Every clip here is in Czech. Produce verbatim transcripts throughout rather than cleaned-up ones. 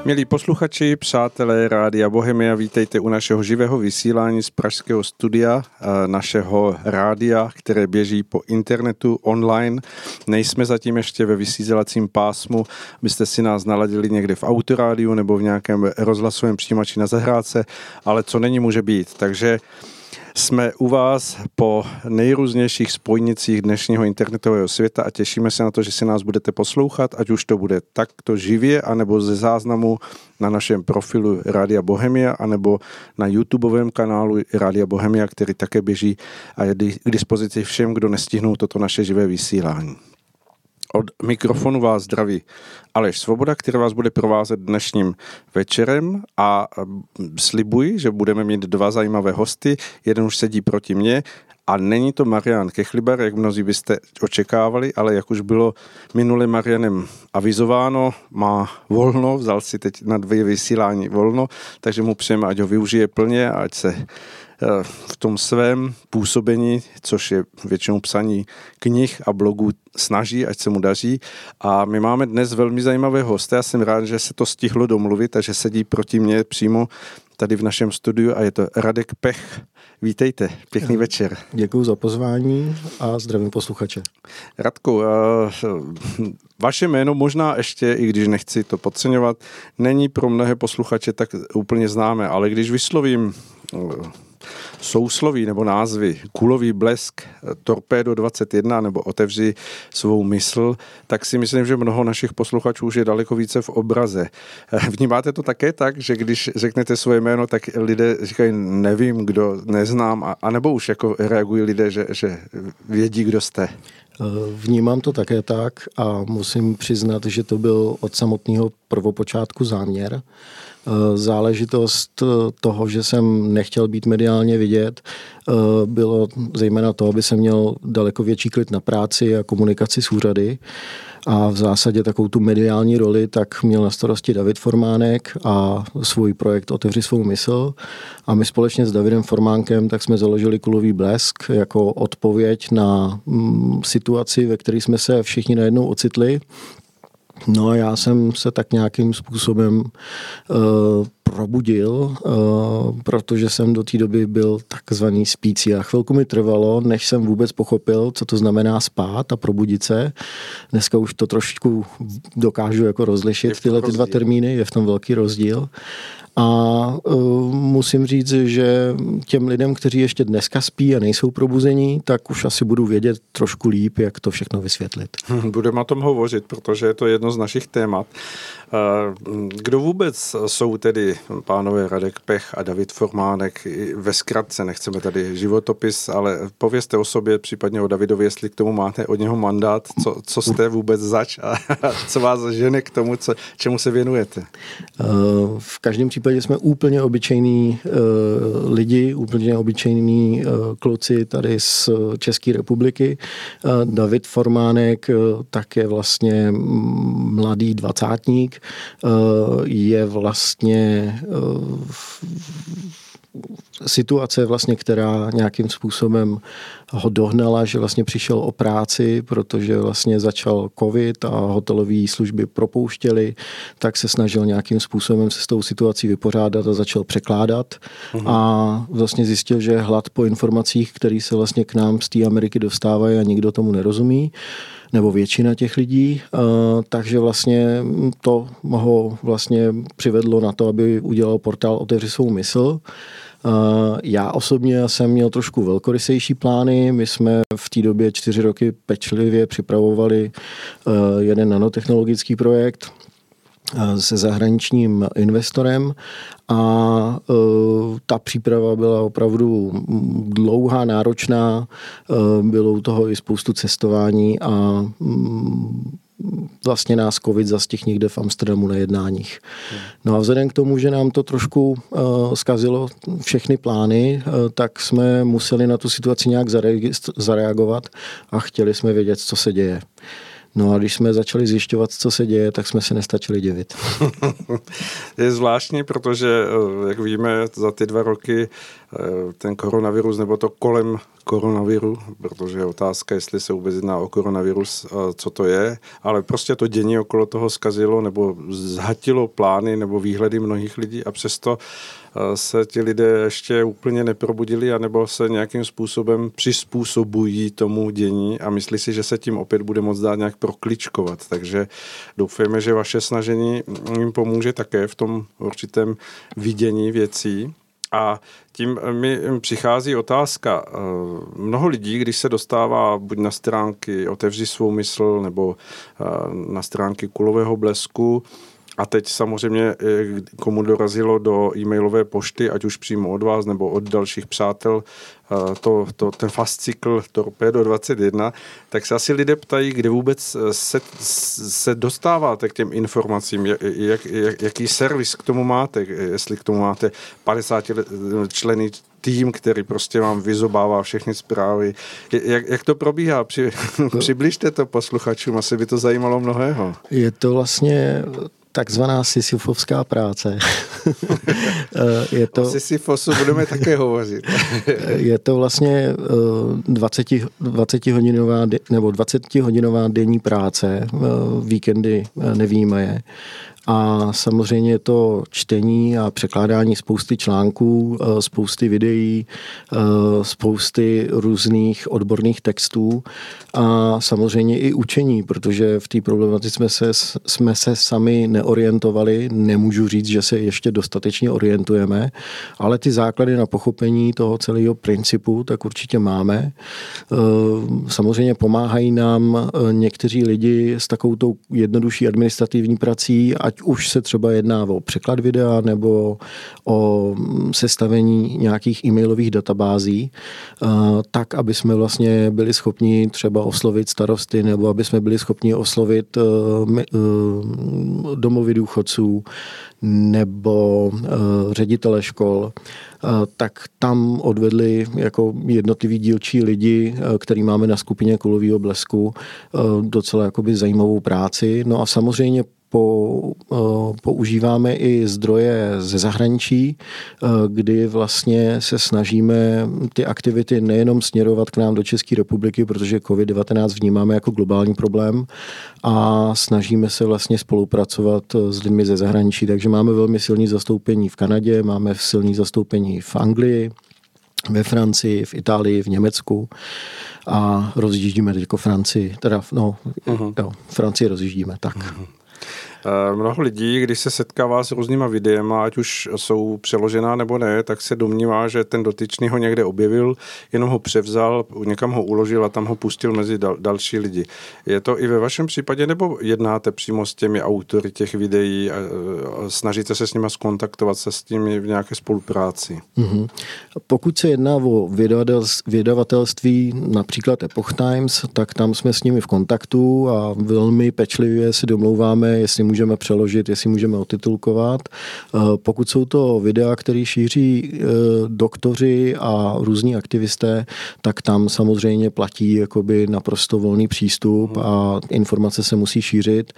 Milí posluchači, přátelé Rádia Bohemia, vítejte u našeho živého vysílání z pražského studia, našeho rádia, které běží po internetu online. Nejsme zatím ještě ve vysílacím pásmu, abyste si nás naladili někde v autorádiu nebo v nějakém rozhlasovém přijímači na zahrádce, ale co není, může být. Takže jsme u vás po nejrůznějších spojnicích dnešního internetového světa a těšíme se na to, že si nás budete poslouchat, ať už to bude takto živě, anebo ze záznamu na našem profilu Rádia Bohemia, anebo na YouTubeovém kanálu Rádia Bohemia, který také běží a je k dispozici všem, kdo nestihnou toto naše živé vysílání. Od mikrofonu vás zdraví Aleš Svoboda, který vás bude provázet dnešním večerem a slibuji, že budeme mít dva zajímavé hosty. Jeden už sedí proti mně a není to Marian Kechlibar, jak mnozí byste očekávali, ale jak už bylo minule Marianem avizováno, má volno, vzal si teď na dvě vysílání volno, takže mu přejeme, ať ho využije plně a ať se v tom svém působení, což je většinou psaní knih a blogů, snaží, ať se mu daří. A my máme dnes velmi zajímavé hosty. Já jsem rád, že se to stihlo domluvit, takže sedí proti mně přímo tady v našem studiu a je to Radek Pech. Vítejte, pěkný večer. Děkuji za pozvání a zdravím posluchače. Radku, vaše jméno možná ještě, i když nechci to podceňovat, není pro mnohé posluchače tak úplně známé, ale když vyslovím sousloví nebo názvy Kulový blesk, Torpédo dvacet jedna nebo Otevři svou mysl, tak si myslím, že mnoho našich posluchačů už je daleko více v obraze. Vnímáte to také tak, že když řeknete svoje jméno, tak lidé říkají, nevím, kdo, neznám, a, a nebo už jako reagují lidé, že, že vědí, kdo jste? Vnímám to také tak a musím přiznat, že to byl od samotného prvopočátku záměr. Záležitost toho, že jsem nechtěl být mediálně vidět, bylo zejména to, aby jsem měl daleko větší klid na práci a komunikaci s úřady. A v zásadě takovou tu mediální roli tak měl na starosti David Formánek a svůj projekt Otevři svou mysl. A my společně s Davidem Formánkem tak jsme založili Kulový blesk jako odpověď na mm, situaci, ve které jsme se všichni najednou ocitli. No a já jsem se tak nějakým způsobem uh, probudil, uh, protože jsem do té doby byl takzvaný spící a chvilku mi trvalo, než jsem vůbec pochopil, co to znamená spát a probudit se. Dneska už to trošku dokážu jako rozlišit, tyhle ty dva termíny, je v tom velký rozdíl. A uh, musím říct, že těm lidem, kteří ještě dneska spí a nejsou probuzení, tak už asi budu vědět trošku líp, jak to všechno vysvětlit. Budeme o tom hovořit, protože je to jedno z našich témat. Kdo vůbec jsou tedy pánové Radek Pech a David Formánek? Ve zkratce, nechceme tady životopis, ale povězte o sobě, případně o Davidovi, jestli k tomu máte od něho mandát, co, co jste vůbec zač a co vás žene k tomu, co, čemu se věnujete? V každém případě jsme úplně obyčejní uh, lidi, úplně obyčejní uh, kluci tady z České republiky. Uh, David Formánek uh, tak je vlastně mladý dvacátník, uh, je vlastně uh, situace, vlastně, která nějakým způsobem ho dohnala, že vlastně přišel o práci, protože vlastně začal covid a hotelové služby propouštěli, tak se snažil nějakým způsobem se s tou situací vypořádat a začal překládat. Uhum. A vlastně zjistil, že je hlad po informacích, které se vlastně k nám z té Ameriky dostávají a nikdo tomu nerozumí, nebo většina těch lidí, takže vlastně to ho vlastně přivedlo na to, aby udělal portál Otevři svou mysl. Já osobně jsem měl trošku velkorysejší plány. My jsme v té době čtyři roky pečlivě připravovali jeden nanotechnologický projekt se zahraničním investorem a e, ta příprava byla opravdu dlouhá, náročná, e, bylo u toho i spoustu cestování a mm, vlastně nás covid zastihl někde v Amsterdamu na jednáních. No a vzhledem k tomu, že nám to trošku uh, zkazilo všechny plány, uh, tak jsme museli na tu situaci nějak zare- zareagovat a chtěli jsme vědět, co se děje. No a když jsme začali zjišťovat, co se děje, tak jsme se nestačili divit. Je zvláštní, protože, jak víme, za ty dva roky ten koronavirus, nebo to kolem koronaviru, protože je otázka, jestli se vůbec jedná o koronavirus, co to je, ale prostě to dění okolo toho zkazilo nebo zhatilo plány nebo výhledy mnohých lidí a přesto se ti lidé ještě úplně neprobudili anebo se nějakým způsobem přizpůsobují tomu dění a myslí si, že se tím opět bude moct dát nějak prokličkovat. Takže doufejme, že vaše snažení jim pomůže také v tom určitém vidění věcí. A tím mi přichází otázka. Mnoho lidí, když se dostává buď na stránky Otevři svou mysl nebo na stránky Kulového blesku, a teď samozřejmě, komu dorazilo do e-mailové pošty, ať už přímo od vás nebo od dalších přátel, to, to, ten fascikl Torpedo dvacet jedna, tak se asi lidé ptají, kde vůbec se, se dostáváte k těm informacím, jak, jak, jaký servis k tomu máte, jestli k tomu máte padesát členný tým, který prostě vám vyzobává všechny zprávy. Jak, jak to probíhá? Při, přibližte to posluchačům, asi by to zajímalo mnohého. Je to vlastně takzvaná sisyfovská práce. Je to, o Sisyfosu budeme také hovořit. Je to vlastně dvacetihodinová nebo dvacetihodinová denní práce, víkendy nevyjímaje. A samozřejmě je to čtení a překládání spousty článků, spousty videí, spousty různých odborných textů a samozřejmě i učení, protože v té problematice jsme se, jsme se sami neorientovali. Nemůžu říct, že se ještě dostatečně orientujeme, ale ty základy na pochopení toho celého principu tak určitě máme. Samozřejmě pomáhají nám někteří lidi s takovou tou jednodušší administrativní prací, ať už se třeba jedná o překlad videa nebo o sestavení nějakých e-mailových databází, tak, aby jsme vlastně byli schopni třeba oslovit starosty nebo aby jsme byli schopni oslovit domovy důchodců nebo ředitele škol, tak tam odvedli jako jednotliví dílčí lidi, který máme na skupině Kulového blesku, docela jakoby zajímavou práci. No a samozřejmě Po, používáme i zdroje ze zahraničí, kdy vlastně se snažíme ty aktivity nejenom směrovat k nám do České republiky, protože covid devatenáct vnímáme jako globální problém a snažíme se vlastně spolupracovat s lidmi ze zahraničí. Takže máme velmi silné zastoupení v Kanadě, máme silné zastoupení v Anglii, ve Francii, v Itálii, v Německu a rozjíždíme teďko Francii, teda no, uh-huh. jo, Francii rozjíždíme, tak. Uh-huh. Mnoho lidí, když se setkává s různýma videema, ať už jsou přeložená nebo ne, tak se domnívá, že ten dotyčný ho někde objevil, jenom ho převzal, někam ho uložil a tam ho pustil mezi dal, další lidi. Je to i ve vašem případě, nebo jednáte přímo s těmi autory těch videí a, a snažíte se s nimi skontaktovat se s nimi v nějaké spolupráci? Mm-hmm. Pokud se jedná o vydavatelství, například Epoch Times, tak tam jsme s nimi v kontaktu a velmi pečlivě si domlouváme, jestli můžeme přeložit, jestli můžeme otitulkovat. Pokud jsou to videa, které šíří doktoři a různí aktivisté, tak tam samozřejmě platí jakoby naprosto volný přístup a informace se musí šířit.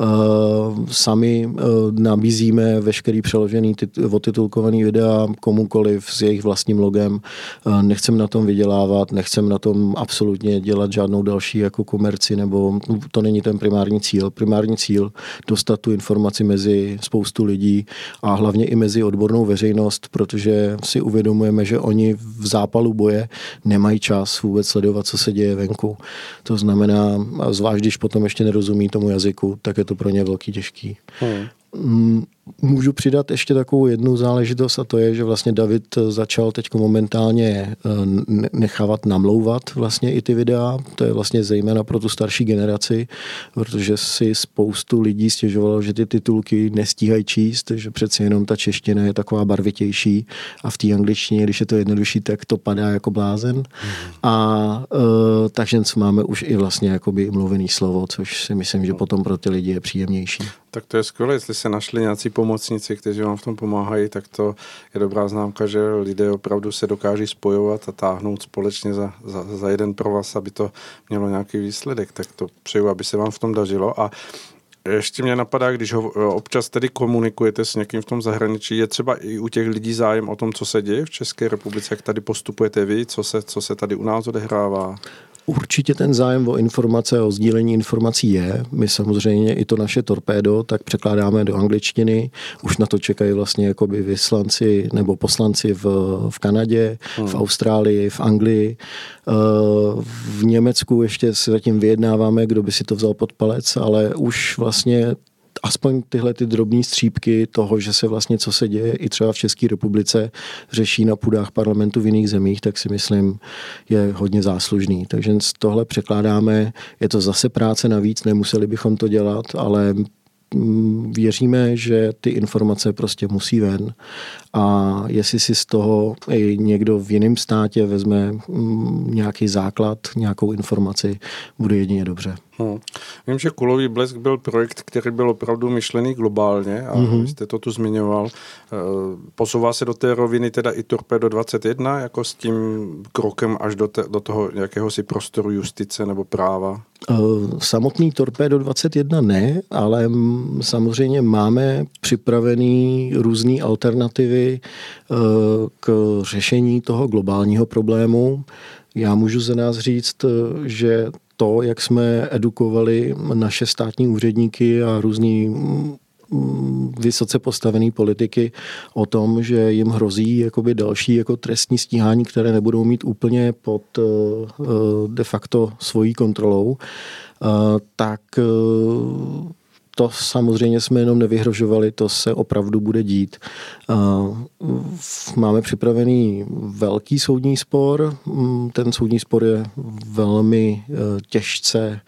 Sami nabízíme veškerý přeložený otitulkovaný videa komukoliv s jejich vlastním logem. Nechcem na tom vydělávat, nechcem na tom absolutně dělat žádnou další jako komerci, nebo to není ten primární cíl. Primární cíl dostat tu informaci mezi spoustu lidí a hlavně i mezi odbornou veřejnost, protože si uvědomujeme, že oni v zápalu boje nemají čas vůbec sledovat, co se děje venku. To znamená, zvlášť když potom ještě nerozumí tomu jazyku, tak je to pro ně velký těžký. Hmm. Můžu přidat ještě takovou jednu záležitost a to je, že vlastně David začal teď momentálně nechávat namlouvat vlastně i ty videa. To je vlastně zejména pro tu starší generaci, protože si spoustu lidí stěžovalo, že ty titulky nestíhají číst, že přeci jenom ta čeština je taková barvitější a v té angličtině, když je to jednodušší, tak to padá jako blázen. Mm. A e, takže máme už i vlastně jakoby mluvený slovo, což si myslím, že potom pro ty lidi je příjemnější. Tak to je skvělé, jestli se našli nějací pomocníci, kteří vám v tom pomáhají, tak to je dobrá známka, že lidé opravdu se dokáží spojovat a táhnout společně za, za, za jeden provaz, aby to mělo nějaký výsledek. Tak to přeju, aby se vám v tom dařilo. A ještě mě napadá, když ho občas tedy komunikujete s někým v tom zahraničí, je třeba i u těch lidí zájem o tom, co se děje v České republice, jak tady postupujete vy, co se, co se tady u nás odehrává? Určitě ten zájem o informace a o sdílení informací je. My samozřejmě i to naše torpédo tak překládáme do angličtiny. Už na to čekají vlastně jakoby vyslanci nebo poslanci v, v Kanadě, hmm. v Austrálii, v Anglii. V Německu ještě se zatím vyjednáváme, kdo by si to vzal pod palec, ale už vlastně aspoň tyhle ty drobné střípky toho, že se vlastně co se děje i třeba v České republice řeší na půdách parlamentu v jiných zemích, tak si myslím, je hodně záslužný. Takže tohle překládáme, je to zase práce navíc, nemuseli bychom to dělat, ale věříme, že ty informace prostě musí ven a jestli si z toho i někdo v jiném státě vezme nějaký základ, nějakou informaci, bude jedině dobře. Hmm. Vím, že Kulový blesk byl projekt, který byl opravdu myšlený globálně a mm-hmm. jste to tu zmiňoval. Posouvá se do té roviny teda i Torpédo dvacet jedna, jako s tím krokem až do, te, do toho jakéhosi prostoru justice nebo práva? Samotný Torpédo dvacet jedna ne, ale samozřejmě máme připravený různé alternativy k řešení toho globálního problému. Já můžu za nás říct, že to, jak jsme edukovali naše státní úředníky a různý vysoce postavený politiky o tom, že jim hrozí jakoby další jako trestní stíhání, které nebudou mít úplně pod de facto svojí kontrolou, tak to samozřejmě jsme jenom nevyhrožovali, to se opravdu bude dít. Máme připravený velký soudní spor. Ten soudní spor je velmi těžce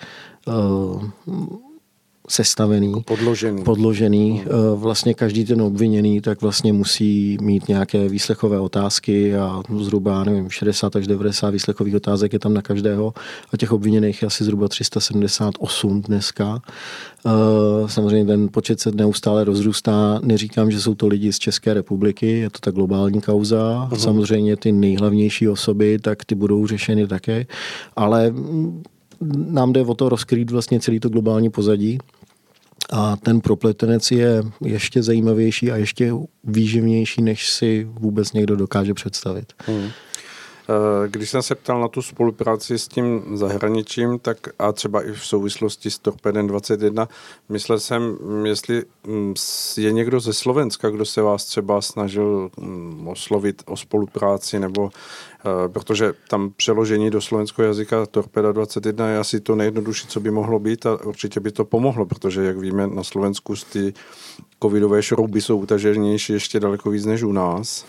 sestavený, jako podložený. podložený. Hmm. Vlastně každý ten obviněný tak vlastně musí mít nějaké výslechové otázky a zhruba, nevím, šedesát až devadesát výslechových otázek je tam na každého a těch obviněných je asi zhruba tři sta sedmdesát osm dneska. Samozřejmě ten počet se neustále rozrůstá. Neříkám, že jsou to lidi z České republiky, je to ta globální kauza. Hmm. Samozřejmě ty nejhlavnější osoby, tak ty budou řešeny také, ale nám jde o to rozkrýt vlastně celý to globální pozadí. A ten propletenec je ještě zajímavější a ještě výživnější, než si vůbec někdo dokáže představit. Hmm. Když jsem se ptal na tu spolupráci s tím zahraničím, tak a třeba i v souvislosti s Torpédem dvacet jedna, myslel jsem, jestli je někdo ze Slovenska, kdo se vás třeba snažil oslovit o spolupráci, nebo protože tam přeložení do slovenského jazyka Torpéda dvacet jedna je asi to nejjednodušší, co by mohlo být a určitě by to pomohlo, protože jak víme, na Slovensku ty covidové šrouby jsou utaženější ještě daleko víc než u nás.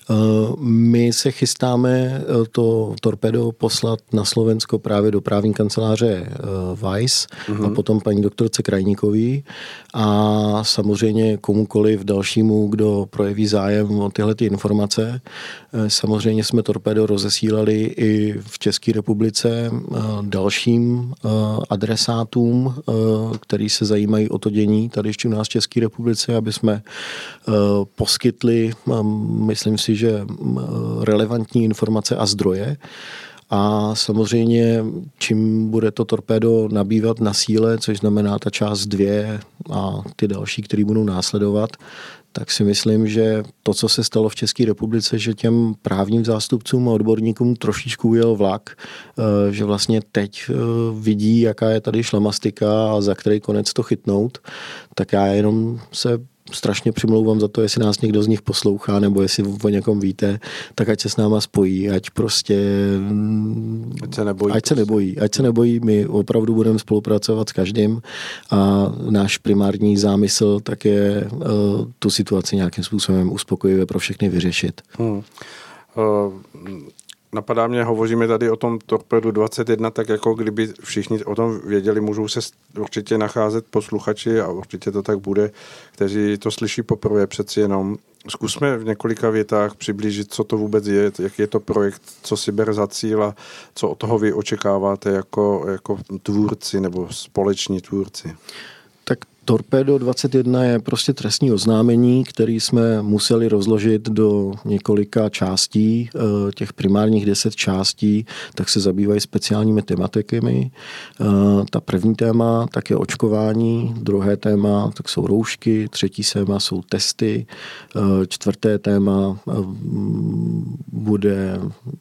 My se chystáme to Torpédo poslat na Slovensko právě do právní kanceláře Weiss mm-hmm. a potom paní doktorce Krajníkový a samozřejmě komukoliv dalšímu, kdo projeví zájem o tyhle ty informace. Samozřejmě jsme Torpédo rozesílali i v České republice dalším adresátům, který se zajímají o to dění tady ještě u nás v České republice, aby jsme poskytli, myslím si, že relevantní informace a zdroje. A samozřejmě, čím bude to Torpédo nabývat na síle, což znamená ta část dvě a ty další, které budou následovat, tak si myslím, že to, co se stalo v České republice, že těm právním zástupcům a odborníkům trošičku ujel vlak, že vlastně teď vidí, jaká je tady šlamastika a za který konec to chytnout, tak já jenom se strašně přimlouvám za to, jestli nás někdo z nich poslouchá, nebo jestli o někom víte, tak ať se s náma spojí, ať prostě ať se nebojí. Ať se nebojí, ať se nebojí, my opravdu budeme spolupracovat s každým a náš primární zámysl tak je uh, tu situaci nějakým způsobem uspokojivě pro všechny vyřešit. Hmm. Uh... Napadá mě, hovoříme tady o tom Torpédu dvacet jedna, tak jako kdyby všichni o tom věděli, můžou se určitě nacházet posluchači a určitě to tak bude, kteří to slyší poprvé přeci jenom. Zkusme v několika větách přiblížit, co to vůbec je, jaký je to projekt, co si bere za cíl a co od toho vy očekáváte jako, jako tvůrci nebo společní tvůrci. Tak Torpédo dvacet jedna je prostě trestní oznámení, který jsme museli rozložit do několika částí. Těch primárních deset částí tak se zabývají speciálními tematikami. Ta první téma tak je očkování, druhé téma tak jsou roušky, třetí téma jsou testy, čtvrté téma bude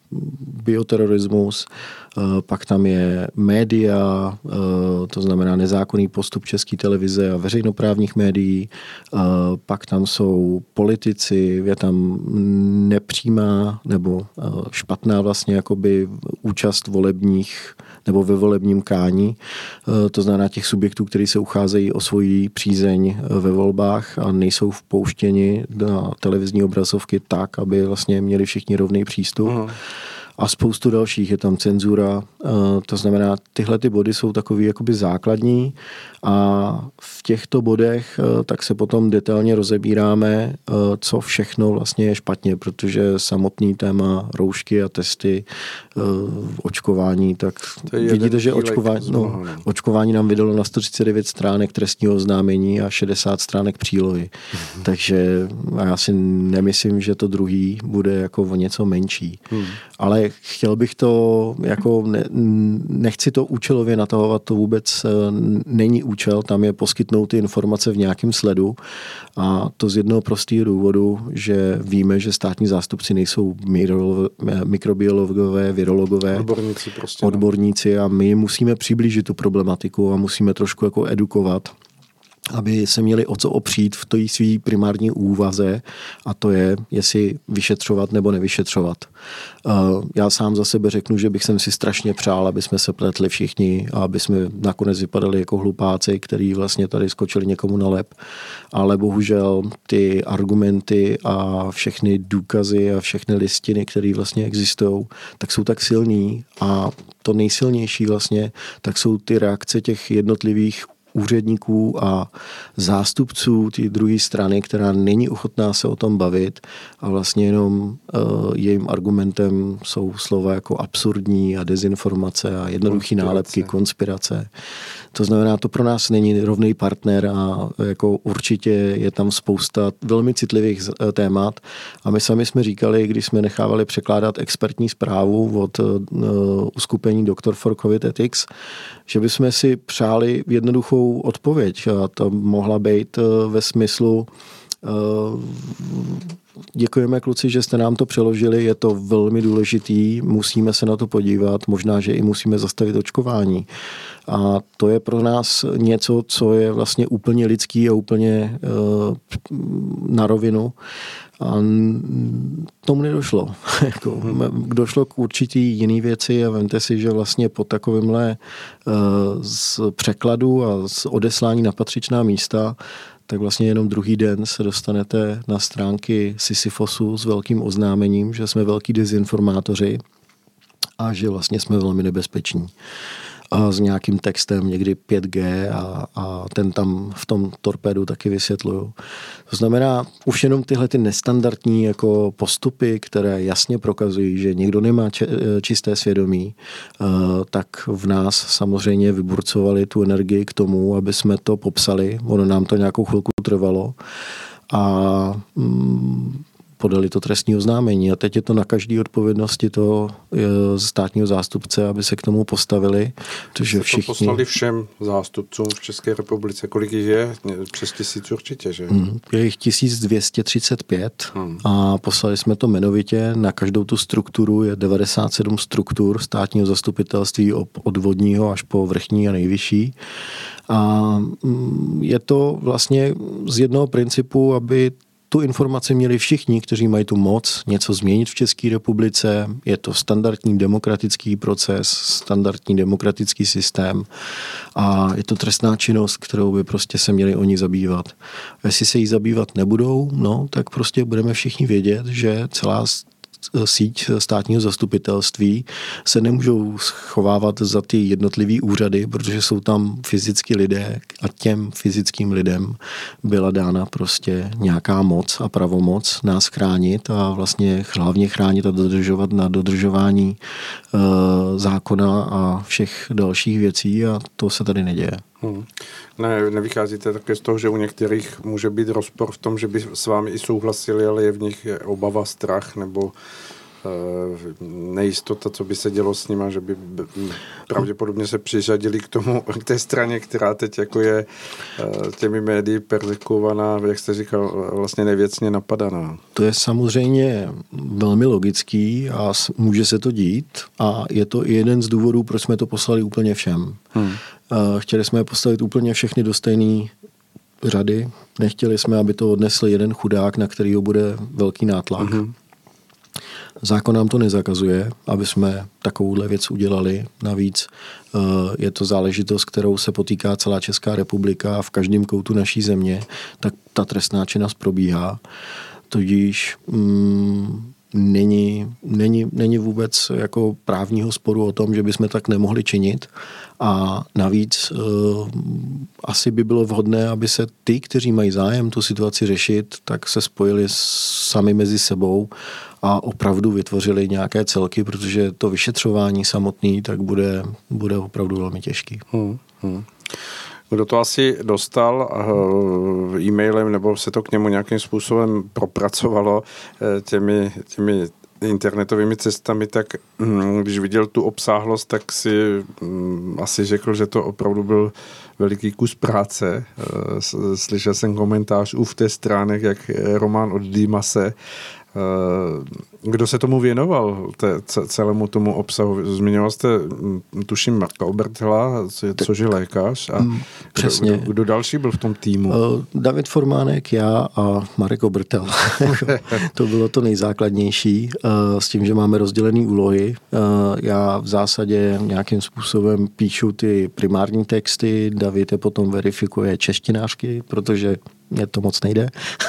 bioterorismus, pak tam je média, to znamená nezákonný postup České televize a veřejnoprávních médií, pak tam jsou politici, je tam nepřímá nebo špatná vlastně jakoby účast volebních nebo ve volebním kání, to znamená těch subjektů, kteří se ucházejí o svoji přízeň ve volbách a nejsou vpouštěni na televizní obrazovky tak, aby vlastně měli všichni rovný přístup. Aha. A spoustu dalších, je tam cenzura, to znamená, tyhle ty body jsou takový jakoby základní a v těchto bodech tak se potom detailně rozebíráme, co všechno vlastně je špatně, protože samotný téma roušky a testy, očkování, tak vidíte, že očkování, no, očkování nám vydalo na sto třicet devět stránek trestního oznámení a šedesát stránek přílohy. Hmm. Takže já si nemyslím, že to druhý bude jako o něco menší. Hmm. Ale chtěl bych to, jako ne, nechci to účelově natahovat, to vůbec není účel, tam je poskytnout ty informace v nějakém sledu a to z jednoho prostého důvodu, že víme, že státní zástupci nejsou mikrobiologové, virologové, odborníci, prostě, odborníci a my musíme přiblížit tu problematiku a musíme trošku jako edukovat, aby se měli o co opřít v té svý primární úvaze a to je, jestli vyšetřovat nebo nevyšetřovat. Já sám za sebe řeknu, že bych sem si strašně přál, aby jsme se pletli všichni a aby jsme nakonec vypadali jako hlupáci, který vlastně tady skočili někomu na lep, ale bohužel ty argumenty a všechny důkazy a všechny listiny, které vlastně existují, tak jsou tak silný a to nejsilnější vlastně, tak jsou ty reakce těch jednotlivých úředníků a zástupců té druhé strany, která není ochotná se o tom bavit a vlastně jenom uh, jejím argumentem jsou slova jako absurdní a dezinformace a jednoduchý nálepky, konspirace. To znamená, to pro nás není rovný partner a jako určitě je tam spousta velmi citlivých témat a my sami jsme říkali, když jsme nechávali překládat expertní zprávu od uh, uskupení Doctor for COVID Ethics, že bychom si přáli jednoduchou odpověď a to mohla být ve smyslu děkujeme kluci, že jste nám to přeložili, je to velmi důležitý, musíme se na to podívat, možná, že i musíme zastavit očkování. A to je pro nás něco, co je vlastně úplně lidský a úplně na rovinu. A tomu nedošlo. Došlo k určitý jiný věci a vemte si, že vlastně po takovémhle z překladu a z odeslání na patřičná místa tak vlastně jenom druhý den se dostanete na stránky Sisyfosu s velkým oznámením, že jsme velký dezinformátoři a že vlastně jsme velmi nebezpeční. A s nějakým textem někdy pět gé a, a ten tam v tom torpédu taky vysvětluju. To znamená, už jenom tyhle ty nestandardní jako postupy, které jasně prokazují, že někdo nemá če, čisté svědomí, uh, tak v nás samozřejmě vyburcovali tu energii k tomu, aby jsme to popsali. Ono nám to nějakou chvilku trvalo a mm, podali to trestní oznámení a teď je to na každé odpovědnosti toho státního zástupce, aby se k tomu postavili. Protože všichni... To poslali všem zástupcům v České republice. Kolik jich je? Přes tisíc určitě, že? Hmm, je jich tisíc dvě stě třicet pět hmm. a poslali jsme to jmenovitě. Na každou tu strukturu je devadesát sedm struktur státního zastupitelství od vodního až po vrchní a nejvyšší. A je to vlastně z jednoho principu, aby tu informaci měli všichni, kteří mají tu moc něco změnit v České republice. Je to standardní demokratický proces, standardní demokratický systém a je to trestná činnost, kterou by prostě se měli oni zabývat. A jestli se jí zabývat nebudou, no, tak prostě budeme všichni vědět, že celá síť státního zastupitelství se nemůžou schovávat za ty jednotlivý úřady, protože jsou tam fyzicky lidé a těm fyzickým lidem byla dána prostě nějaká moc a pravomoc nás chránit a vlastně hlavně chránit a dodržovat na dodržování e, zákona a všech dalších věcí a to se tady neděje. Hmm. Ne, nevycházíte také z toho, že u některých může být rozpor v tom, že by s vámi i souhlasili, ale je v nich obava, strach nebo nejistota, co by se dělo s nima, že by pravděpodobně se přiřadili k tomu, k té straně, která teď jako je těmi médii perzekovaná, jak jste říkal, vlastně nevěcně napadaná. To je samozřejmě velmi logický a může se to dít a je to i jeden z důvodů, proč jsme to poslali úplně všem. Hmm. Chtěli jsme postavit úplně všechny do stejné řady, nechtěli jsme, aby to odnesl jeden chudák, na kterýho bude velký nátlak. Hmm. Zákon nám to nezakazuje, aby jsme takovouhle věc udělali. Navíc je to záležitost, kterou se potýká celá Česká republika a v každém koutu naší země, tak ta trestná činnost probíhá. Tudíž mm, není, není, není vůbec jako právního sporu o tom, že bychom tak nemohli činit. A navíc uh, asi by bylo vhodné, aby se ty, kteří mají zájem tu situaci řešit, tak se spojili sami mezi sebou a opravdu vytvořili nějaké celky, protože to vyšetřování samotné tak bude, bude opravdu velmi těžký. Hmm, hmm. Kdo to asi dostal uh, e-mailem, nebo se to k němu nějakým způsobem propracovalo uh, těmi, těmi internetovými cestami, tak um, když viděl tu obsáhlost, tak si um, asi řekl, že to opravdu byl veliký kus práce. Uh, slyšel jsem komentář u v té stránek, jak román od Dýmase. Kdo se tomu věnoval, té, celému tomu obsahu? Zmiňoval jste, tuším, Marka Obertela, což je lékař. A přesně. Kdo, kdo další byl v tom týmu? David Formánek, já a Marek Obertel. To bylo to nejzákladnější, s tím, že máme rozdělené úlohy. Já v zásadě nějakým způsobem píšu ty primární texty, David je potom verifikuje češtinářky, protože mě to moc nejde,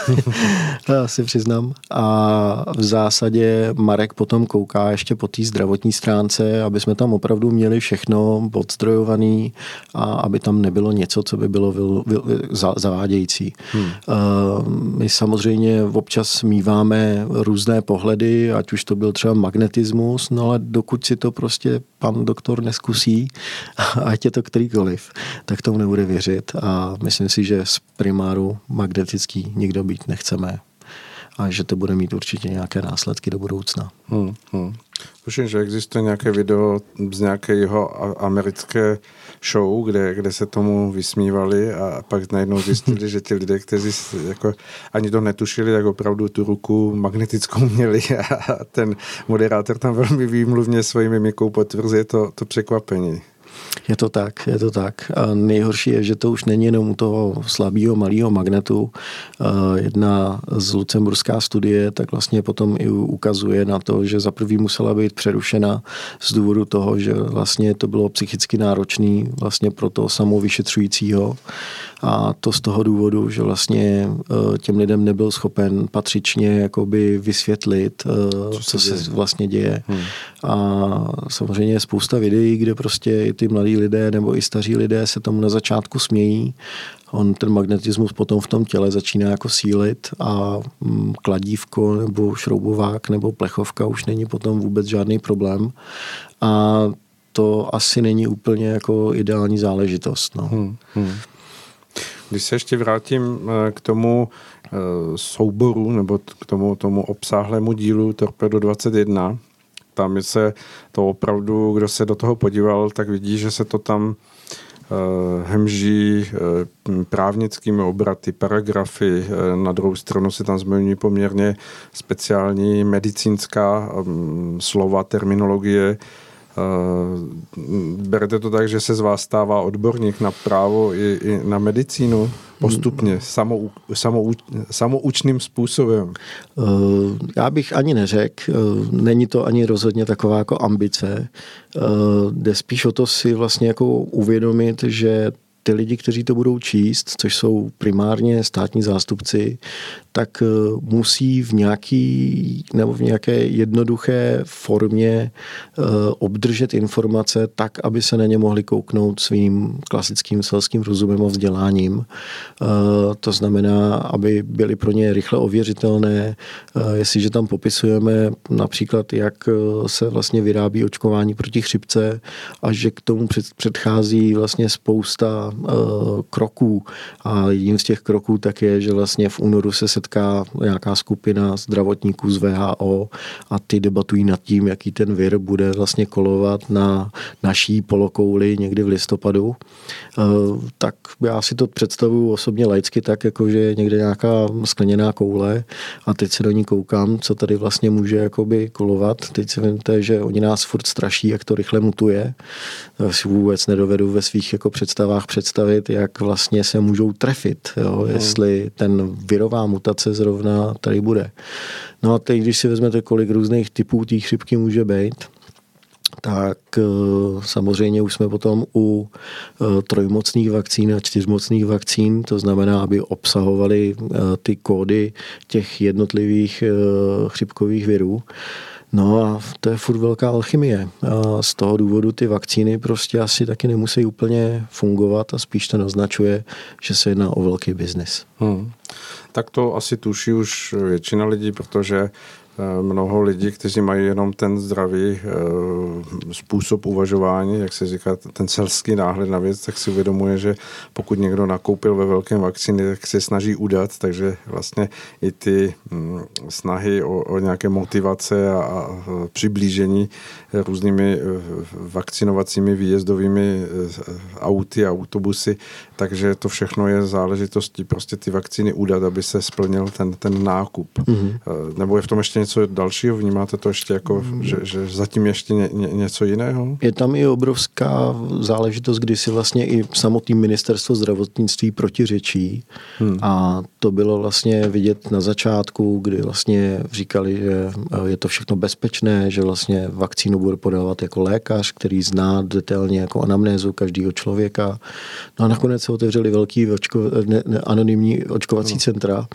si přiznám. A v zásadě Marek potom kouká ještě po té zdravotní stránce, aby jsme tam opravdu měli všechno odstrojované a aby tam nebylo něco, co by bylo vil, vil, zavádějící. Hmm. My samozřejmě občas míváme různé pohledy, ať už to byl třeba magnetismus, no ale dokud si to prostě pan doktor neskusí, ať je to kterýkoliv, tak tomu nebude věřit a myslím si, že z primáru magnetický nikdo být nechceme a že to bude mít určitě nějaké následky do budoucna. Hmm, hmm. Tuším, že existuje nějaké video z nějaké jeho americké show, kde, kde se tomu vysmívali a pak najednou zjistili, že ti lidé, kteří jako ani to netušili, jak opravdu tu ruku magnetickou měli a ten moderátor tam velmi výmluvně svojí mimikou potvrzuje to, to překvapení. Je to tak, je to tak. A nejhorší je, že to už není jenom u toho slabého malého magnetu. Jedna z lucemburská studie tak vlastně potom i ukazuje na to, že za prvý musela být přerušena z důvodu toho, že vlastně to bylo psychicky náročný vlastně pro toho samovyšetřujícího. A to z toho důvodu, že vlastně těm lidem nebyl schopen patřičně jakoby vysvětlit, co, co se děje. vlastně děje. Hmm. A samozřejmě je spousta videí, kde prostě i ty mladí lidé nebo i staří lidé se tomu na začátku smějí. On ten magnetismus potom v tom těle začíná jako sílit a kladívko nebo šroubovák nebo plechovka už není potom vůbec žádný problém. A to asi není úplně jako ideální záležitost. No. Hmm. Hmm. Když se ještě vrátím k tomu souboru nebo k tomu, tomu obsáhlému dílu Torpedo dvacet jedna, tam se to opravdu, kdo se do toho podíval, tak vidí, že se to tam hemží právnickými obraty, paragrafy. Na druhou stranu se tam zmiňují poměrně speciální medicínská slova, terminologie. Berete to tak, že se z vás stává odborník na právo i, i na medicínu postupně, samou, samou, samoučným způsobem? Já bych ani neřekl, není to ani rozhodně taková jako ambice. Jde spíš o to si vlastně jako uvědomit, že ty lidi, kteří to budou číst, což jsou primárně státní zástupci, tak musí v nějaký nebo v nějaké jednoduché formě obdržet informace tak, aby se na ně mohli kouknout svým klasickým selským rozumem a vzděláním. To znamená, aby byly pro ně rychle ověřitelné, jestliže tam popisujeme například, jak se vlastně vyrábí očkování proti chřipce a že k tomu předchází vlastně spousta kroků a jedním z těch kroků tak je, že vlastně v únoru se setká nějaká skupina zdravotníků z V H O a ty debatují nad tím, jaký ten vir bude vlastně kolovat na naší polokouli někdy v listopadu. Tak já si to představuji osobně laicky tak, jako že je někde nějaká skleněná koule a teď se do ní koukám, co tady vlastně může jakoby kolovat. Teď si vemte, že oni nás furt straší, jak to rychle mutuje. Já si vůbec nedovedu ve svých jako představách představit, jak vlastně se můžou trefit, jo, hmm. jestli ten virová mutace zrovna tady bude. No a teď, když si vezmete, kolik různých typů té chřipky může být, tak samozřejmě už jsme potom u trojmocných vakcín a čtyřmocných vakcín, to znamená, aby obsahovaly ty kódy těch jednotlivých chřipkových virů. No a to je furt velká alchymie. A z toho důvodu ty vakcíny prostě asi taky nemusí úplně fungovat a spíš to naznačuje, že se jedná o velký biznis. Hmm. Tak to asi tuší už většina lidí, protože mnoho lidí, kteří mají jenom ten zdravý způsob uvažování, jak se říká, ten selský náhled na věc, tak si uvědomuje, že pokud někdo nakoupil ve velkém vakcíny, tak se snaží udat, takže vlastně i ty snahy o, o nějaké motivace a, a přiblížení různými vakcinovacími výjezdovými auty a autobusy, takže to všechno je záležitostí prostě ty vakcíny udat, aby se splnil ten, ten nákup. Mm-hmm. Nebo je v tom ještě něco dalšího? Vnímáte to ještě jako, že, že zatím ještě ně, ně, něco jiného? Je tam i obrovská záležitost, kdy si vlastně i samotný ministerstvo zdravotnictví protiřečí hmm. a to bylo vlastně vidět na začátku, kdy vlastně říkali, že je to všechno bezpečné, že vlastně vakcínu bude podávat jako lékař, který zná detailně jako anamnézu každého člověka. No a nakonec se otevřeli velký očko, ne, ne, anonymní očkovací no. centra.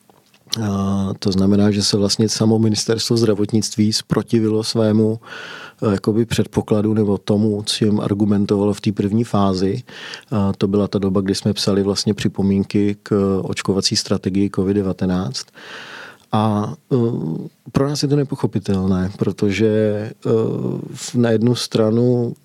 A to znamená, že se vlastně samo ministerstvo zdravotnictví zprotivilo svému jakoby předpokladu nebo tomu, co jim argumentovalo v té první fázi. A to byla ta doba, kdy jsme psali vlastně připomínky k očkovací strategii covid devatenáct. A uh, pro nás je to nepochopitelné, protože uh, na jednu stranu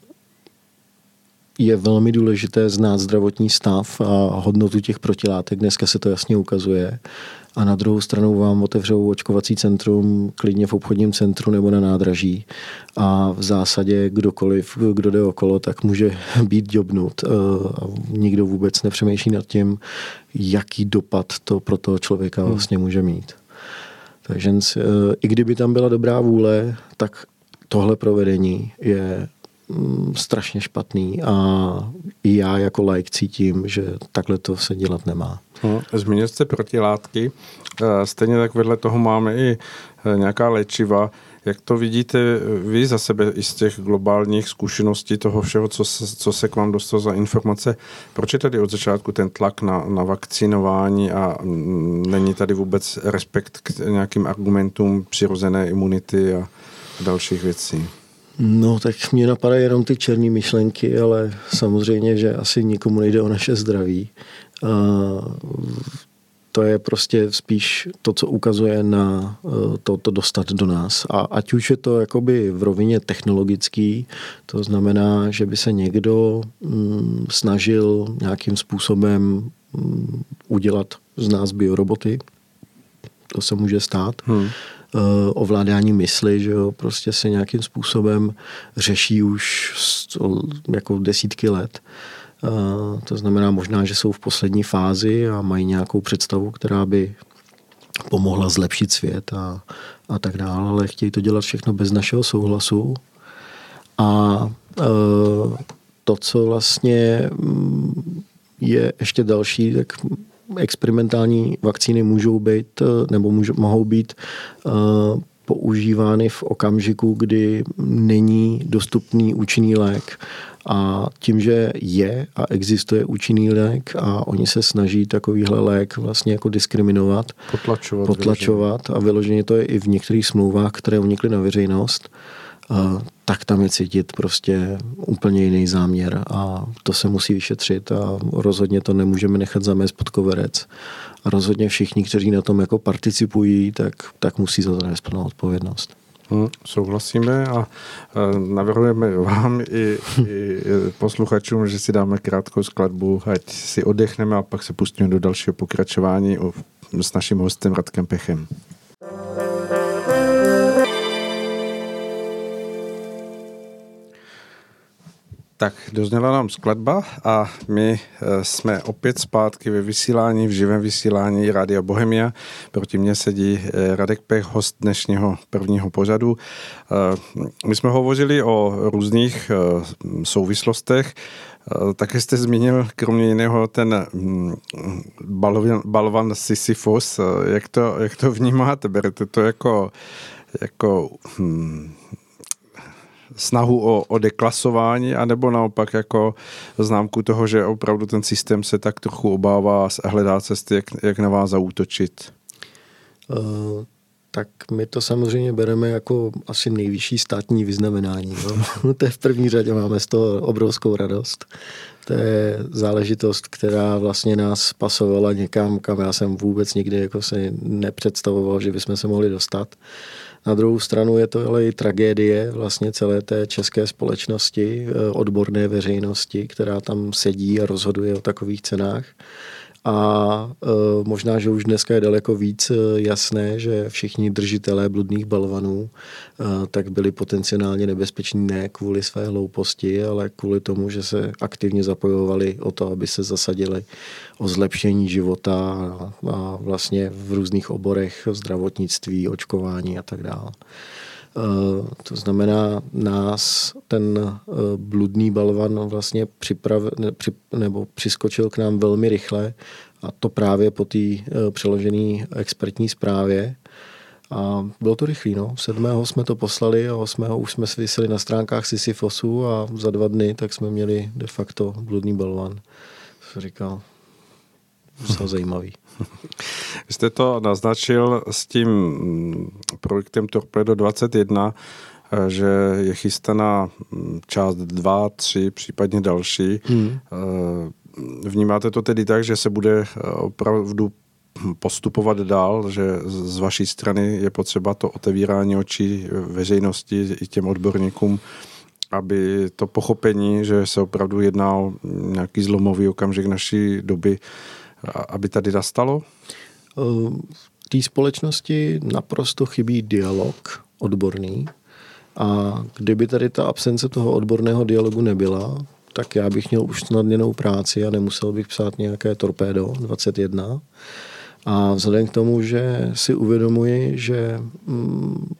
je velmi důležité znát zdravotní stav a hodnotu těch protilátek. Dneska se to jasně ukazuje. A na druhou stranu vám otevřou očkovací centrum klidně v obchodním centru nebo na nádraží. A v zásadě kdokoliv, kdo jde okolo, tak může být jobnut. A nikdo vůbec nepřemýšlí nad tím, jaký dopad to pro toho člověka vlastně může mít. Takže i kdyby tam byla dobrá vůle, tak tohle provedení je strašně špatný a i já jako laik cítím, že takhle to se dělat nemá. Hmm. Zmínil jste protilátky, stejně tak vedle toho máme i nějaká léčiva. Jak to vidíte vy za sebe i z těch globálních zkušeností toho všeho, co se, co se k vám dostalo za informace? Proč je tady od začátku ten tlak na, na vakcinování a není tady vůbec respekt k nějakým argumentům přirozené imunity a dalších věcí? No, tak mě napadají jenom ty černé myšlenky, ale samozřejmě, že asi nikomu nejde o naše zdraví. Uh, to je prostě spíš to, co ukazuje na uh, to, to dostat do nás. A ať už je to jakoby v rovině technologický, to znamená, že by se někdo um, snažil nějakým způsobem um, udělat z nás bioroboty. To se může stát. Hmm. Ovládání mysli, že jo, prostě se nějakým způsobem řeší už jako desítky let. To znamená možná, že jsou v poslední fázi a mají nějakou představu, která by pomohla zlepšit svět a, a tak dále, ale chtějí to dělat všechno bez našeho souhlasu. A to, co vlastně je ještě další, tak experimentální vakcíny můžou být nebo můžou, mohou být uh, používány v okamžiku, kdy není dostupný účinný lék. A tím, že je a existuje účinný lék a oni se snaží takovýhle lék vlastně jako diskriminovat, potlačovat, potlačovat vyloženě. A vyloženě to je i v některých smlouvách, které unikly na veřejnost, uh, tak tam je cítit prostě úplně jiný záměr a to se musí vyšetřit a rozhodně to nemůžeme nechat zamést pod koverec. A rozhodně všichni, kteří na tom jako participují, tak, tak musí za to nést plnou odpovědnost. Hmm, souhlasíme a navrhujeme vám i, i posluchačům, že si dáme krátkou skladbu, ať si oddechneme a pak se pustíme do dalšího pokračování s naším hostem Radkem Pechem. Tak, dozněla nám skladba a my jsme opět zpátky ve vysílání, v živém vysílání Rádia Bohemia. Proti mně sedí Radek Pech, host dnešního prvního pořadu. My jsme hovořili o různých souvislostech. Také jste zmínil kromě jiného ten balvan, balvan Sisyfos. Jak to, jak to vnímáte? Berete to jako, jako hmm, snahu o, o deklasování, anebo naopak jako známku toho, že opravdu ten systém se tak trochu obává a hledá cesty, jak, jak na vás zaútočit? Uh, tak my to samozřejmě bereme jako asi nejvyšší státní vyznamenání. No? To je v první řadě, máme z toho obrovskou radost. To je záležitost, která vlastně nás pasovala někam, kam já jsem vůbec nikdy jako si nepředstavoval, že bychom se mohli dostat. Na druhou stranu je to ale i tragédie vlastně celé té české společnosti, odborné veřejnosti, která tam sedí a rozhoduje o takových cenách. A e, možná, že už dneska je daleko víc jasné, že všichni držitelé bludných balvanů e, tak byli potenciálně nebezpeční ne kvůli své hlouposti, ale kvůli tomu, že se aktivně zapojovali o to, aby se zasadili o zlepšení života a, a vlastně v různých oborech zdravotnictví, očkování a tak dále. Uh, to znamená, nás ten uh, bludný balvan vlastně připrav, ne, při, nebo přiskočil k nám velmi rychle a to právě po té uh, přeložené expertní zprávě. A bylo to rychlý, no. sedmého jsme to poslali a osmého už jsme si vyseli na stránkách Sisyfosu a za dva dny tak jsme měli de facto bludný balvan. Jsem říkal, docela zajímavý. Vy jste to naznačil s tím projektem Torpedo dvacet jedna, že je chystaná část dva, tři, případně další. Hmm. Vnímáte to tedy tak, že se bude opravdu postupovat dál, že z vaší strany je potřeba to otevírání očí veřejnosti i těm odborníkům, aby to pochopení, že se opravdu jedná o nějaký zlomový okamžik naší doby, aby tady nastalo? V té společnosti naprosto chybí dialog odborný a kdyby tady ta absence toho odborného dialogu nebyla, tak já bych měl už snadněnou práci a nemusel bych psát nějaké Torpedo dvacet jedna. A vzhledem k tomu, že si uvědomuji, že mm,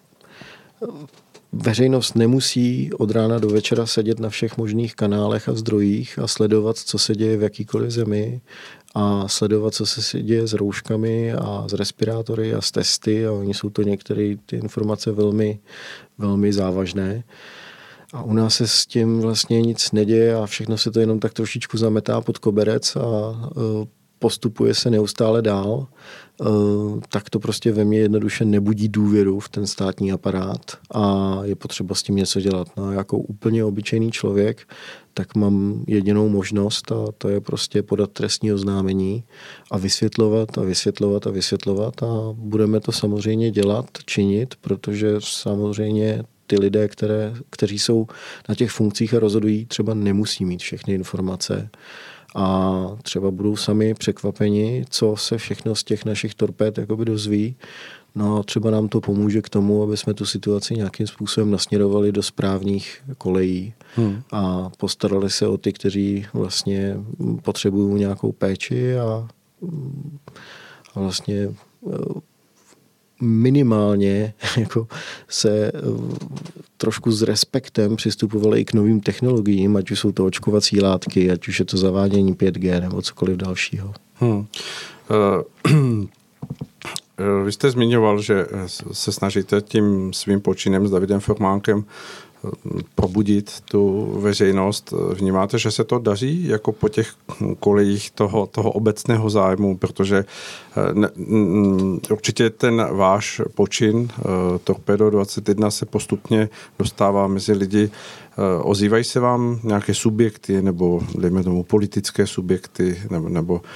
veřejnost nemusí od rána do večera sedět na všech možných kanálech a zdrojích a sledovat, co se děje v jakýkoliv zemi a sledovat, co se děje s rouškami a s respirátory a s testy a oni jsou to některé ty informace velmi, velmi závažné. A u nás se s tím vlastně nic neděje a všechno se to jenom tak trošičku zametá pod koberec a postupuje se neustále dál, tak to prostě ve mně jednoduše nebudí důvěru v ten státní aparát a je potřeba s tím něco dělat. No, jako úplně obyčejný člověk, tak mám jedinou možnost a to je prostě podat trestní oznámení a vysvětlovat a vysvětlovat a vysvětlovat a budeme to samozřejmě dělat, činit, protože samozřejmě ty lidé, které, kteří jsou na těch funkcích a rozhodují, třeba nemusí mít všechny informace a třeba budou sami překvapeni, co se všechno z těch našich torpéd jakoby dozví. No a třeba nám to pomůže k tomu, aby jsme tu situaci nějakým způsobem nasměrovali do správných kolejí hmm. a postarali se o ty, kteří vlastně potřebují nějakou péči a, a vlastně minimálně jako se trošku s respektem přistupovali i k novým technologiím, ať už jsou to očkovací látky, ať už je to zavádění pět G nebo cokoliv dalšího. Hmm. Uh, vy jste zmiňoval, že se snažíte tím svým počinem s Davidem Formánkem probudit tu veřejnost. Vnímáte, že se to daří jako po těch kolejích toho, toho obecného zájmu, protože ne, určitě ten váš počin Torpedo dvacet jedna se postupně dostává mezi lidi. Ozývají se vám nějaké subjekty nebo dejme tomu politické subjekty nebo, nebo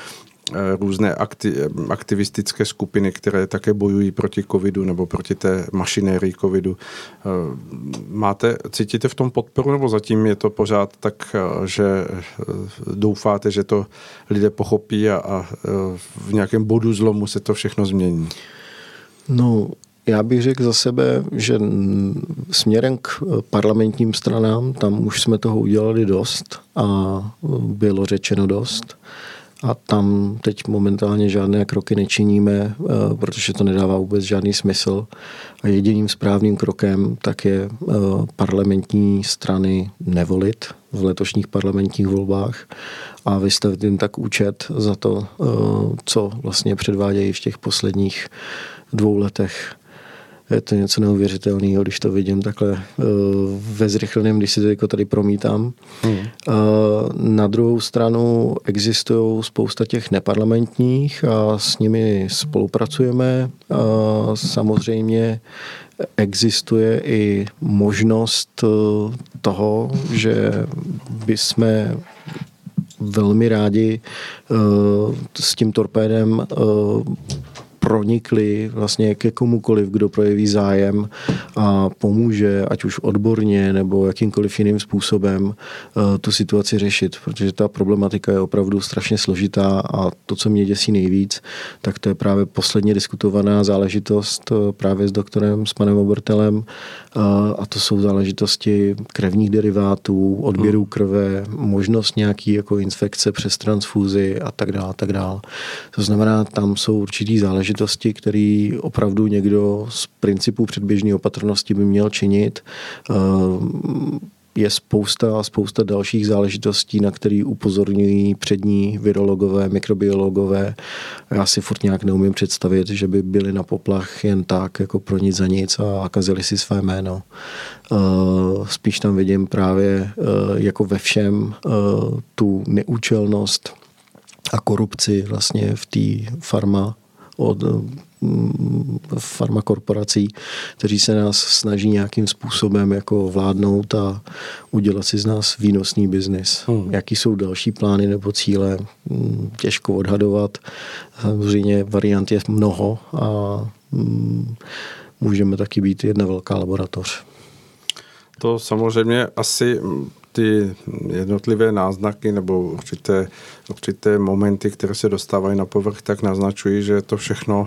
různé akti, aktivistické skupiny, které také bojují proti covidu nebo proti té mašinérii covidu. Máte, cítíte v tom podporu, nebo zatím je to pořád tak, že doufáte, že to lidé pochopí a, a v nějakém bodu zlomu se to všechno změní? No, já bych řekl za sebe, že směrem k parlamentním stranám, tam už jsme toho udělali dost a bylo řečeno dost. A tam teď momentálně žádné kroky nečiníme, protože to nedává vůbec žádný smysl. A jediným správným krokem tak je parlamentní strany nevolit v letošních parlamentních volbách a vystavit jim tak účet za to, co vlastně předvádějí v těch posledních dvou letech. Je to něco neuvěřitelného, když to vidím takhle ve zrychleném, když si to jako tady promítám. Hmm. Na druhou stranu existují spousta těch neparlamentních a s nimi spolupracujeme. Samozřejmě existuje i možnost toho, že bychom velmi rádi s tím torpédem pronikli vlastně ke komukoliv, kdo projeví zájem a pomůže, ať už odborně nebo jakýmkoliv jiným způsobem tu situaci řešit, protože ta problematika je opravdu strašně složitá a to, co mě děsí nejvíc, tak to je právě posledně diskutovaná záležitost právě s doktorem, s panem Obertelem a to jsou záležitosti krevních derivátů, odběrů krve, možnost nějaký jako infekce přes transfúzi a tak dále, tak dále. To znamená, tam jsou určitý záležitosti, který opravdu někdo z principů předběžné opatrnosti by měl činit. Je spousta, spousta dalších záležitostí, na které upozorňují přední virologové, mikrobiologové. Já si furt nějak neumím představit, že by byli na poplach jen tak, jako pro nic za nic a kazili si své jméno. Spíš tam vidím právě jako ve všem tu neúčelnost a korupci vlastně v té farma od farmakorporací, kteří se nás snaží nějakým způsobem jako vládnout a udělat si z nás výnosný biznis. Hmm. Jaký jsou další plány nebo cíle? Těžko odhadovat. Samozřejmě variant je mnoho a můžeme taky být jedna velká laboratoř. To samozřejmě asi ty jednotlivé náznaky nebo určité, určité momenty, které se dostávají na povrch, tak naznačují, že to všechno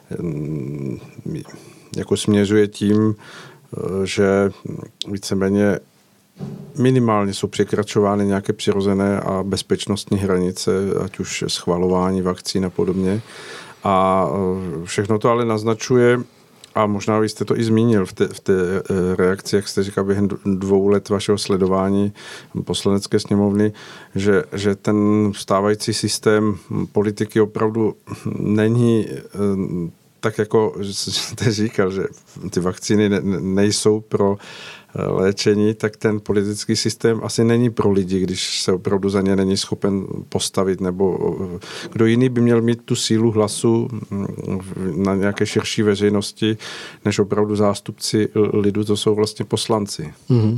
jako směřuje tím, že víceméně minimálně jsou překračovány nějaké přirozené a bezpečnostní hranice, ať už schvalování vakcín a podobně. A všechno to ale naznačuje, a možná vy jste to i zmínil v té, v té reakci, jak jste říkal, během dvou let vašeho sledování poslanecké sněmovny, že, že ten stávající systém politiky opravdu není tak, jako jste říkal, že ty vakcíny ne, nejsou pro léčení, tak ten politický systém asi není pro lidi, když se opravdu za ně není schopen postavit, nebo kdo jiný by měl mít tu sílu hlasu na nějaké širší veřejnosti, než opravdu zástupci lidu, to jsou vlastně poslanci. Mm-hmm.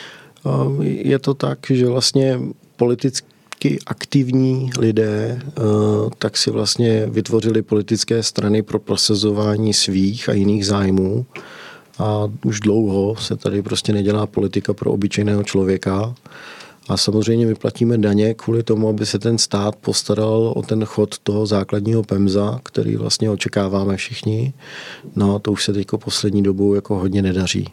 Je to tak, že vlastně politicky aktivní lidé tak si vlastně vytvořili politické strany pro prosazování svých a jiných zájmů. A už dlouho se tady prostě nedělá politika pro obyčejného člověka. A samozřejmě my platíme daně kvůli tomu, aby se ten stát postaral o ten chod toho základního PEMZA, který vlastně očekáváme všichni. No a to už se teďko poslední dobou jako hodně nedaří.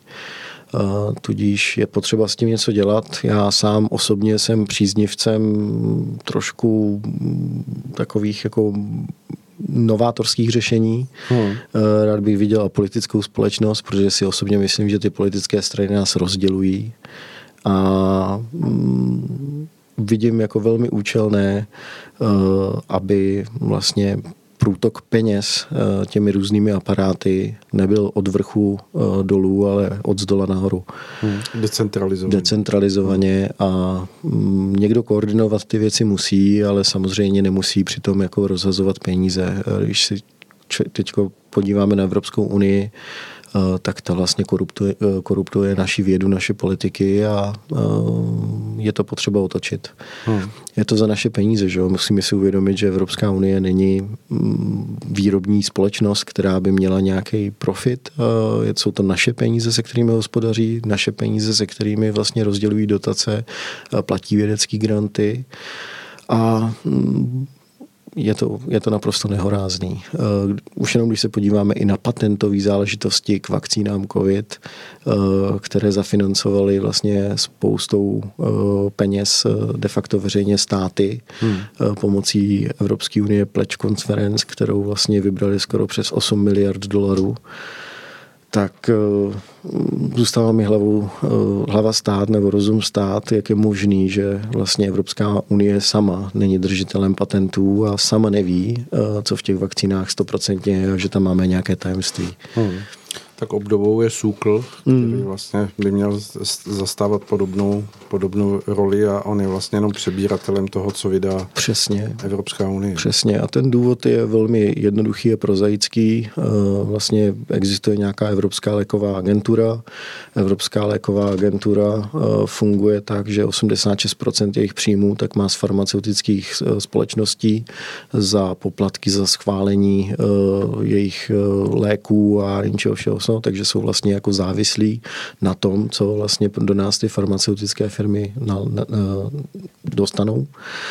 Tudíž je potřeba s tím něco dělat. Já sám osobně jsem příznivcem trošku takových jako novátorských řešení. Hmm. Rád bych viděl politickou společnost, protože si osobně myslím, že ty politické strany nás rozdělují. A mm, vidím jako velmi účelné, aby vlastně průtok peněz těmi různými aparáty nebyl od vrchu dolů, ale od zdola nahoru. Hmm. Decentralizovaně. Decentralizovaně a někdo koordinovat ty věci musí, ale samozřejmě nemusí přitom jako rozhazovat peníze. Když si teďko podíváme na Evropskou unii, tak ta vlastně koruptuje, koruptuje naši vědu, naše politiky a je to potřeba otočit. Hmm. Je to za naše peníze, že jo? Musíme si uvědomit, že Evropská unie není výrobní společnost, která by měla nějaký profit. Jsou to naše peníze, se kterými hospodaří, naše peníze, se kterými vlastně rozdělují dotace, platí vědecké granty a je to, je to naprosto nehorázný. Už jenom když se podíváme i na patentové záležitosti k vakcínám COVID, které zafinancovaly vlastně spoustou peněz de facto veřejně státy hmm. pomocí Evropské unie Pledge Conference, kterou vlastně vybrali skoro přes osm miliard dolarů, tak zůstává mi hlavou, hlava stát nebo rozum stát, jak je možný, že vlastně Evropská unie sama není držitelem patentů a sama neví, co v těch vakcínách stoprocentně je a že tam máme nějaké tajemství. Hmm. Tak obdobou je SÚKL, který hmm. vlastně by měl zastávat podobnou, podobnou roli a on je vlastně jenom přebíratelem toho, co vydá Přesně. Evropská unie. Přesně a ten důvod je velmi jednoduchý a prozaický. Vlastně existuje nějaká Evropská léková agentura. Evropská léková agentura funguje tak, že osmdesát šest procent jejich příjmů tak má z farmaceutických společností za poplatky za schválení jejich léků a něčeho všeho. No, takže jsou vlastně jako závislí na tom, co vlastně do nás ty farmaceutické firmy na, na, na, dostanou.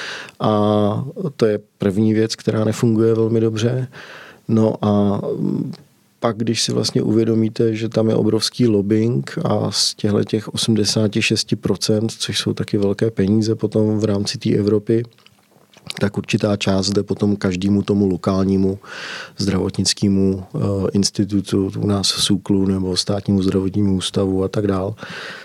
A to je první věc, která nefunguje velmi dobře. No a pak, když si vlastně uvědomíte, že tam je obrovský lobbying a z těchto těch osmdesát šest procent, což jsou taky velké peníze potom v rámci té Evropy, tak určitá část jde potom každému tomu lokálnímu zdravotnickému uh, institutu, u nás SÚKLu nebo státnímu zdravotnímu ústavu a tak dál.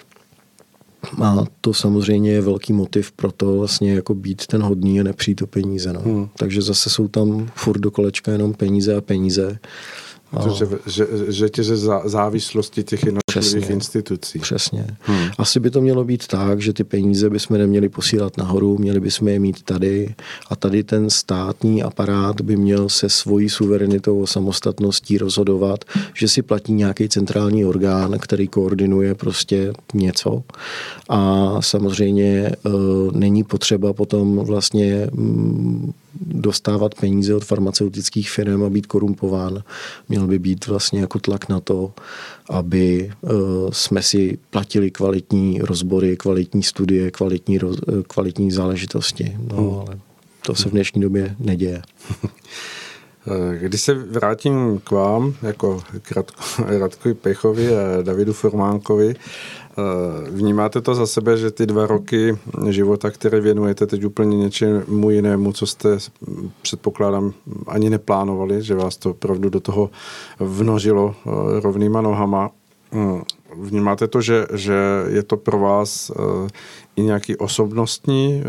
A to samozřejmě je velký motiv pro to vlastně jako být ten hodný a nepřijít o peníze. No. Hmm. Takže zase jsou tam furt do kolečka jenom peníze a peníze. A... Že, že, že tě ze závislosti těch jednotlivých institucí. Přesně. Hmm. Asi by to mělo být tak, že ty peníze bychom neměli posílat nahoru, měli bychom je mít tady a tady ten státní aparát by měl se svojí suverenitou a samostatností rozhodovat, že si platí nějaký centrální orgán, který koordinuje prostě něco a samozřejmě e, není potřeba potom vlastně m, dostávat peníze od farmaceutických firm a být korumpován. Měl by být vlastně jako tlak na to, aby uh, jsme si platili kvalitní rozbory, kvalitní studie, kvalitní, roz, kvalitní záležitosti. No, hmm. ale to se v dnešní době neděje. Když se vrátím k vám, jako k Radko, Radkovi Pechovi a Davidu Formánkovi, vnímáte to za sebe, že ty dva roky života, které věnujete teď úplně něčemu jinému, co jste, předpokládám, ani neplánovali, že vás to opravdu do toho vnožilo rovnýma nohama. Vnímáte to, že, že je to pro vás i nějaký osobnostní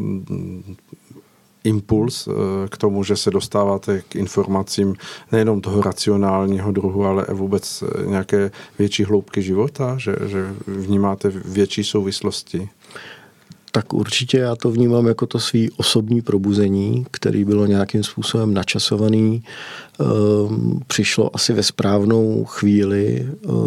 impuls k tomu, že se dostáváte k informacím nejenom toho racionálního druhu, ale i vůbec nějaké větší hloubky života, že, že vnímáte větší souvislosti? Tak určitě já to vnímám jako to svý osobní probuzení, který bylo nějakým způsobem načasovaný. Přišlo asi ve správnou chvíli.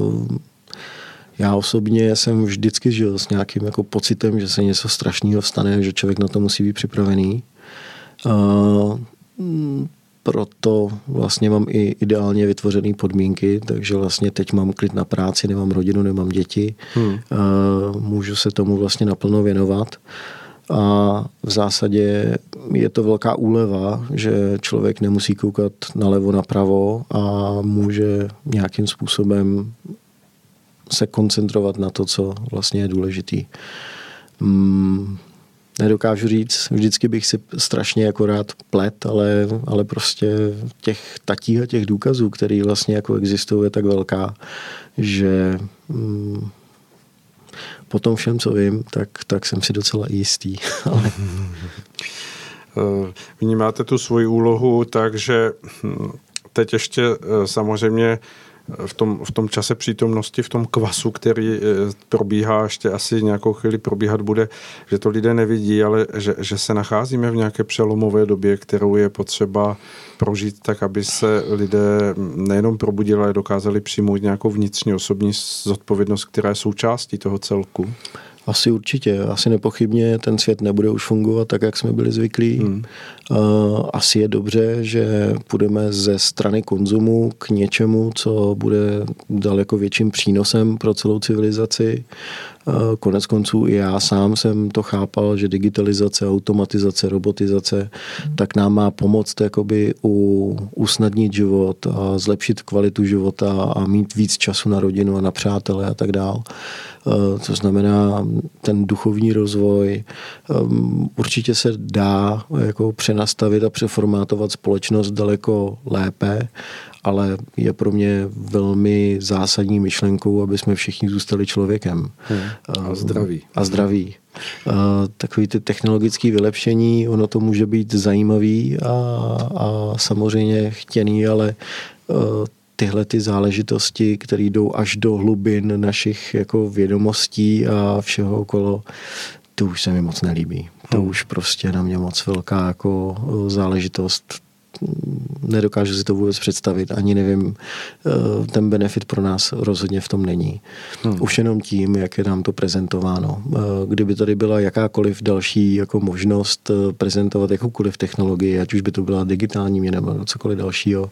Já osobně jsem vždycky žil s nějakým jako pocitem, že se něco strašného stane, že člověk na to musí být připravený. Uh, proto vlastně mám i ideálně vytvořené podmínky, takže vlastně teď mám klid na práci, nemám rodinu, nemám děti, hmm. uh, můžu se tomu vlastně naplno věnovat a v zásadě je to velká úleva, že člověk nemusí koukat nalevo, napravo a může nějakým způsobem se koncentrovat na to, co vlastně je důležitý. Hmm. Nedokážu říct, vždycky bych si strašně jako rád plet, ale, ale prostě těch tatí a těch důkazů, který vlastně jako existují, je tak velká, že mm, po tom všem, co vím, tak, tak jsem si docela jistý. Ale... Vnímáte tu svoji úlohu, takže teď ještě samozřejmě v tom, v tom čase přítomnosti, v tom kvasu, který probíhá, ještě asi nějakou chvíli probíhat bude, že to lidé nevidí, ale že, že se nacházíme v nějaké přelomové době, kterou je potřeba prožít tak, aby se lidé nejenom probudili, ale dokázali přijmout nějakou vnitřní osobní zodpovědnost, která je součástí toho celku. Asi určitě, asi nepochybně ten svět nebude už fungovat tak, jak jsme byli zvyklí. Hmm. Asi je dobře, že půjdeme ze strany konzumu k něčemu, co bude daleko větším přínosem pro celou civilizaci. Konec konců i já sám jsem to chápal, že digitalizace, automatizace, robotizace, tak nám má pomoct jakoby u, usnadnit život a zlepšit kvalitu života a mít víc času na rodinu a na přátele a tak dál. To znamená, ten duchovní rozvoj určitě se dá jako přenastavit a přeformátovat společnost daleko lépe, ale je pro mě velmi zásadní myšlenkou, aby jsme všichni zůstali člověkem. Hmm. A zdraví. A zdraví. Takový ty technologické vylepšení, ono to může být zajímavý a, a samozřejmě chtěný, ale tyhle ty záležitosti, které jdou až do hlubin našich jako vědomostí a všeho okolo, to už se mi moc nelíbí. To hmm. už prostě na mě moc velká jako záležitost. Nedokážu si to vůbec představit, ani nevím, ten benefit pro nás rozhodně v tom není. Hmm. Už jenom tím, jak je nám to prezentováno. Kdyby tady byla jakákoliv další jako možnost prezentovat jakoukoliv technologii, ať už by to byla digitální měna nebo cokoliv dalšího,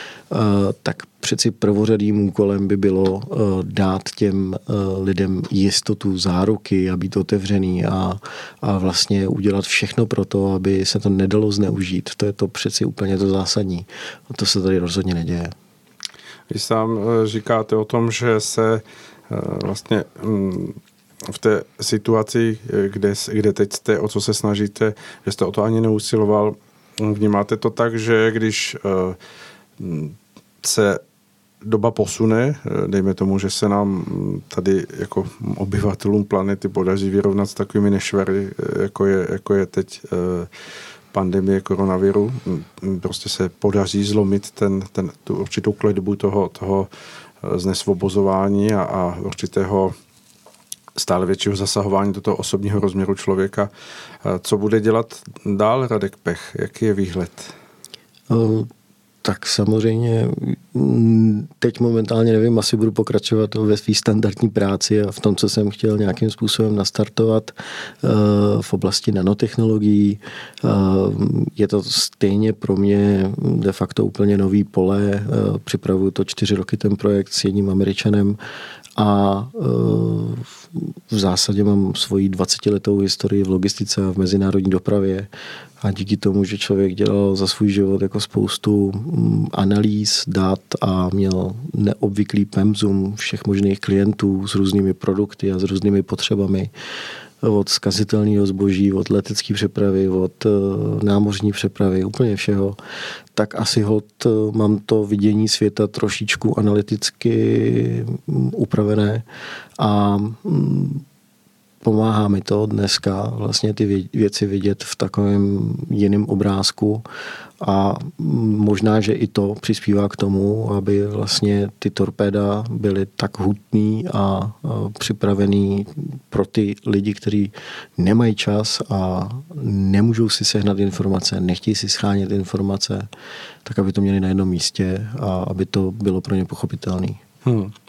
tak přeci prvořadým úkolem by bylo dát těm lidem jistotu, záruky a být otevřený a, a vlastně udělat všechno pro to, aby se to nedalo zneužít. To je to přeci úplně to zásadní. A to se tady rozhodně neděje. Vy sám říkáte o tom, že se vlastně v té situaci, kde, kde teď jste, o co se snažíte, že jste o to ani neusiloval, vnímáte to tak, že když se doba posune, dejme tomu, že se nám tady jako obyvatelům planety podaří vyrovnat s takovými nešvary, jako je, jako je teď pandemie koronaviru, prostě se podaří zlomit ten, ten, tu určitou kletbu toho, toho znesvobozování a, a určitého stále většího zasahování do toho osobního rozměru člověka. Co bude dělat dál Radek Pech? Jaký je výhled? Uh. Tak samozřejmě teď momentálně nevím, asi budu pokračovat ve své standardní práci a v tom, co jsem chtěl nějakým způsobem nastartovat v oblasti nanotechnologií. Je to stejně pro mě de facto úplně nový pole. Připravuju to čtyři roky ten projekt s jedním Američanem a v zásadě mám svoji dvacetiletou historii v logistice a v mezinárodní dopravě a díky tomu, že člověk dělal za svůj život jako spoustu analýz, dat a měl neobvyklý pemzum všech možných klientů s různými produkty a s různými potřebami, od zkazitelného zboží, od letecké přepravy, od námořní přepravy, úplně všeho, tak asi hod mám to vidění světa trošičku analyticky upravené a pomáhá mi to dneska vlastně ty věci vidět v takovém jiném obrázku a možná, že i to přispívá k tomu, aby vlastně ty torpéda byly tak hutný a připravený pro ty lidi, kteří nemají čas a nemůžou si sehnat informace, nechtějí si schánět informace, tak aby to měli na jednom místě a aby to bylo pro ně pochopitelné. Hmm. Uh.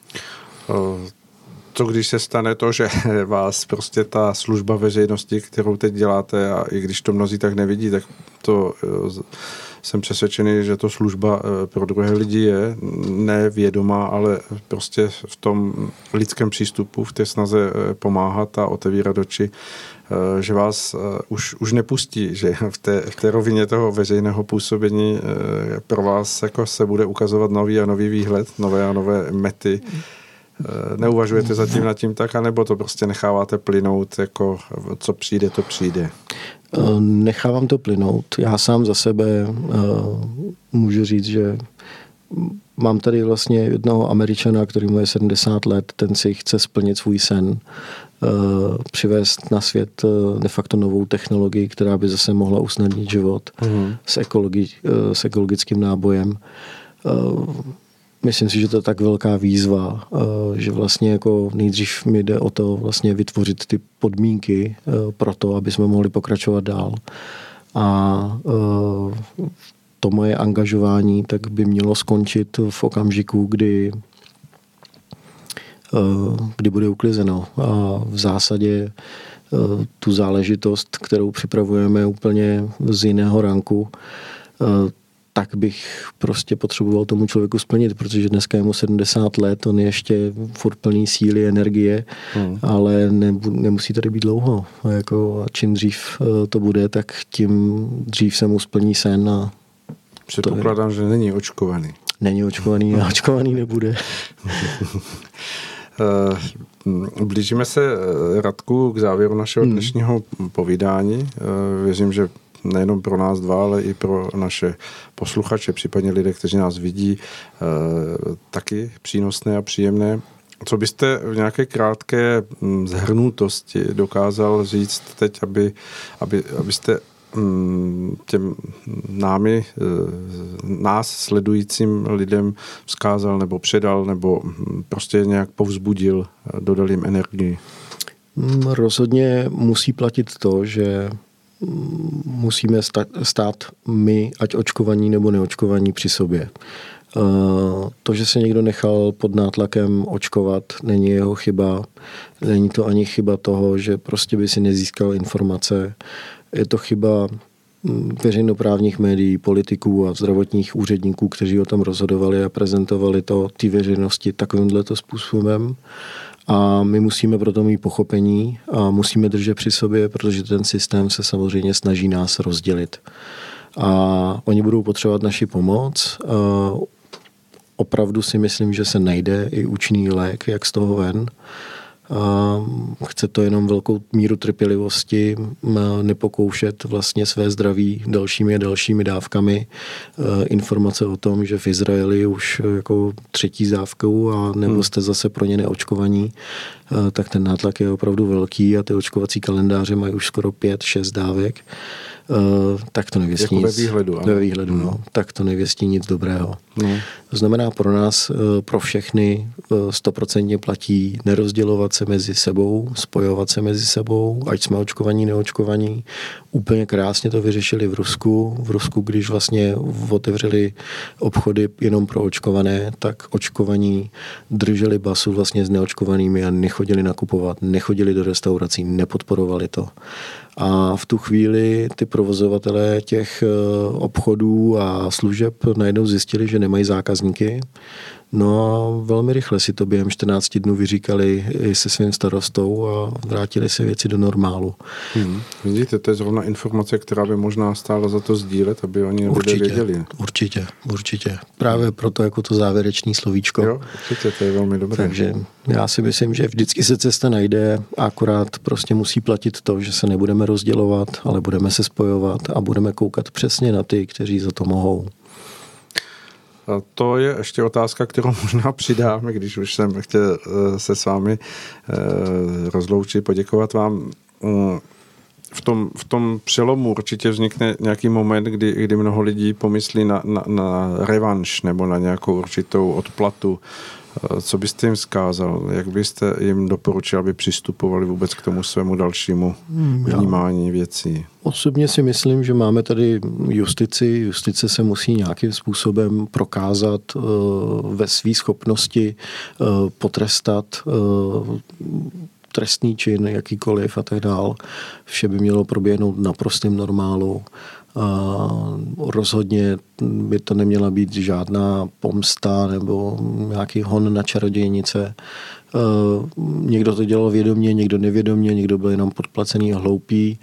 Co když se stane to, že vás prostě ta služba veřejnosti, kterou teď děláte, a i když to mnozí tak nevidí, tak to jsem přesvědčený, že to služba pro druhé lidi je nevědomá, ale prostě v tom lidském přístupu, v té snaze pomáhat a otevírat oči, že vás už, už nepustí, že v té, v té rovině toho veřejného působení pro vás jako se bude ukazovat nový a nový výhled, nové a nové mety. Neuvažujete zatím nad tím tak, anebo to prostě necháváte plynout, jako co přijde, to přijde? Nechávám to plynout. Já sám za sebe uh, můžu říct, že mám tady vlastně jednoho Američana, který mu je sedmdesát let, ten si chce splnit svůj sen, uh, přivést na svět uh, de facto novou technologii, která by zase mohla usnadnit život mm. s, ekologi, uh, s ekologickým nábojem. Uh, myslím si, že to je tak velká výzva, že vlastně jako nejdřív mi jde o to vlastně vytvořit ty podmínky pro to, aby jsme mohli pokračovat dál. A to moje angažování tak by mělo skončit v okamžiku, kdy kdy bude uklizeno. A v zásadě tu záležitost, kterou připravujeme úplně z jiného ranku, tak bych prostě potřeboval tomu člověku splnit, protože dneska je mu sedmdesát let, on je ještě furt plný síly, energie, hmm. ale ne, nemusí tady být dlouho. A jako, a čím dřív to bude, tak tím dřív se mu splní sen. A předpokládám, je... že není očkovaný. Není očkovaný a očkovaný nebude. Blížíme se, Radku, k závěru našeho dnešního povídání. Věřím, že nejenom pro nás dva, ale i pro naše posluchače, případně lidé, kteří nás vidí, taky přínosné a příjemné. Co byste v nějaké krátké shrnutosti dokázal říct teď, aby, aby, abyste těm námi, nás sledujícím lidem vzkázal nebo předal nebo prostě nějak povzbudil, dodal jim energii? Rozhodně musí platit to, že musíme stát my, ať očkovaní nebo neočkovaní, při sobě. To, že se někdo nechal pod nátlakem očkovat, není jeho chyba. Není to ani chyba toho, že prostě by si nezískal informace. Je to chyba veřejnoprávních médií, politiků a zdravotních úředníků, kteří o tom rozhodovali a prezentovali to té veřejnosti takovýmhleto způsobem. A my musíme proto mít pochopení a musíme držet při sobě, protože ten systém se samozřejmě snaží nás rozdělit. A oni budou potřebovat naši pomoc. A opravdu si myslím, že se najde i účinný lék, jak z toho ven. A chce to jenom velkou míru trpělivosti, nepokoušet vlastně své zdraví dalšími a dalšími dávkami. Informace o tom, že v Izraeli už jako třetí dávkou a nebo jste zase pro ně neočkovaní, tak ten nátlak je opravdu velký a ty očkovací kalendáře mají už skoro pět, šest dávek. Uh, tak to nevěstí jako nic. Ve výhledu. Ve výhledu, no. Tak to nevěstí nic dobrého. No. To znamená pro nás, pro všechny stoprocentně platí nerozdělovat se mezi sebou, spojovat se mezi sebou, ať jsme očkovaní, neočkovaní. Úplně krásně to vyřešili v Rusku. V Rusku, když vlastně otevřeli obchody jenom pro očkované, tak očkovaní drželi basu vlastně s neočkovanými a nechodili nakupovat, nechodili do restaurací, nepodporovali to. A v tu chvíli ty provozovatelé těch obchodů a služeb najednou zjistili, že nemají zákazníky. No a velmi rychle si to během čtrnácti dnů vyříkali i se svým starostou a vrátili se věci do normálu. Hmm. Vidíte, to je zrovna informace, která by možná stála za to sdílet, aby oni nebude věděli. Určitě, určitě. Právě proto jako to závěrečné slovíčko. Jo, určitě, to je velmi dobré. Takže já si myslím, že vždycky se cesta najde, akorát prostě musí platit to, že se nebudeme rozdělovat, ale budeme se spojovat a budeme koukat přesně na ty, kteří za to mohou. A to je ještě otázka, kterou možná přidáme, když už jsem chtěl se s vámi rozloučit, poděkovat vám. V tom, v tom přelomu určitě vznikne nějaký moment, kdy, kdy mnoho lidí pomyslí na, na, na revanš nebo na nějakou určitou odplatu. Co byste jim vzkázal? Jak byste jim doporučil, aby přistupovali vůbec k tomu svému dalšímu vnímání věcí? Osobně si myslím, že máme tady justici. Justice se musí nějakým způsobem prokázat uh, ve své schopnosti uh, potrestat uh, trestný čin, jakýkoliv a tak dál. Vše by mělo proběhnout v naprostém normálu. A rozhodně by to neměla být žádná pomsta nebo nějaký hon na čarodějnice. Někdo to dělal vědomě, někdo nevědomě, někdo byl jenom podplacený a hloupý.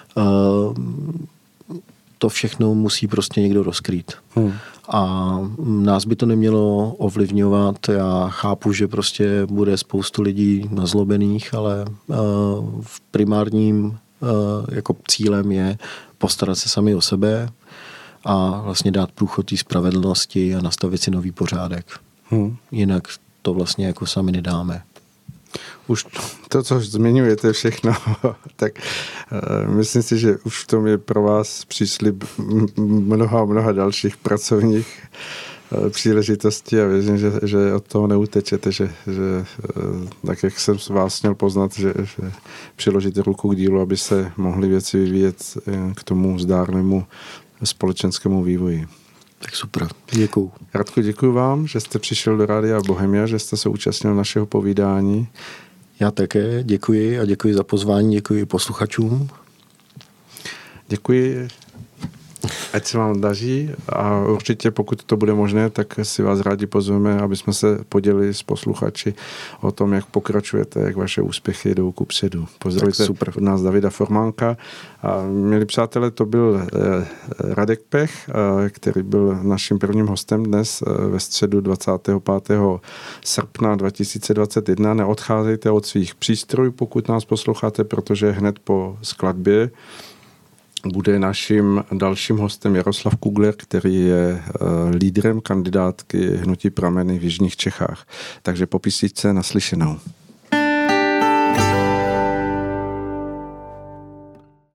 To všechno musí prostě někdo rozkrýt. Hmm. A nás by to nemělo ovlivňovat. Já chápu, že prostě bude spoustu lidí nazlobených, ale v primárním jako cílem je postarat se sami o sebe a vlastně dát průchod té spravedlnosti a nastavit si nový pořádek. Hmm. Jinak to vlastně jako sami nedáme. Už to, co zmiňujete všechno, tak uh, myslím si, že už v tom je pro vás příslib mnoha mnoha dalších pracovních příležitosti a věřím, že, že od toho neutečete, že, že tak, jak jsem vás měl poznat, že, že přiložíte ruku k dílu, aby se mohly věci vyvíjet k tomu zdárnému společenskému vývoji. Tak super, děkuju. Radku, děkuji vám, že jste přišel do Rádia Bohemia, že jste se účastnil našeho povídání. Já také děkuji a děkuji za pozvání, děkuji posluchačům. Děkuji, ať se vám daří a určitě, pokud to bude možné, tak si vás rádi pozveme, aby jsme se podělili s posluchači o tom, jak pokračujete, jak vaše úspěchy jdou kupředu. Pozdravujte od nás Davida Formánka. A milí přátelé, to byl Radek Pech, který byl naším prvním hostem dnes ve středu dvacátého pátého srpna dva tisíce dvacet jedna. Neodcházejte od svých přístrojů, pokud nás posloucháte, protože hned po skladbě bude naším dalším hostem Jaroslav Kugler, který je lídrem kandidátky Hnutí Prameny v jižních Čechách. Takže po písničce naslyšenou.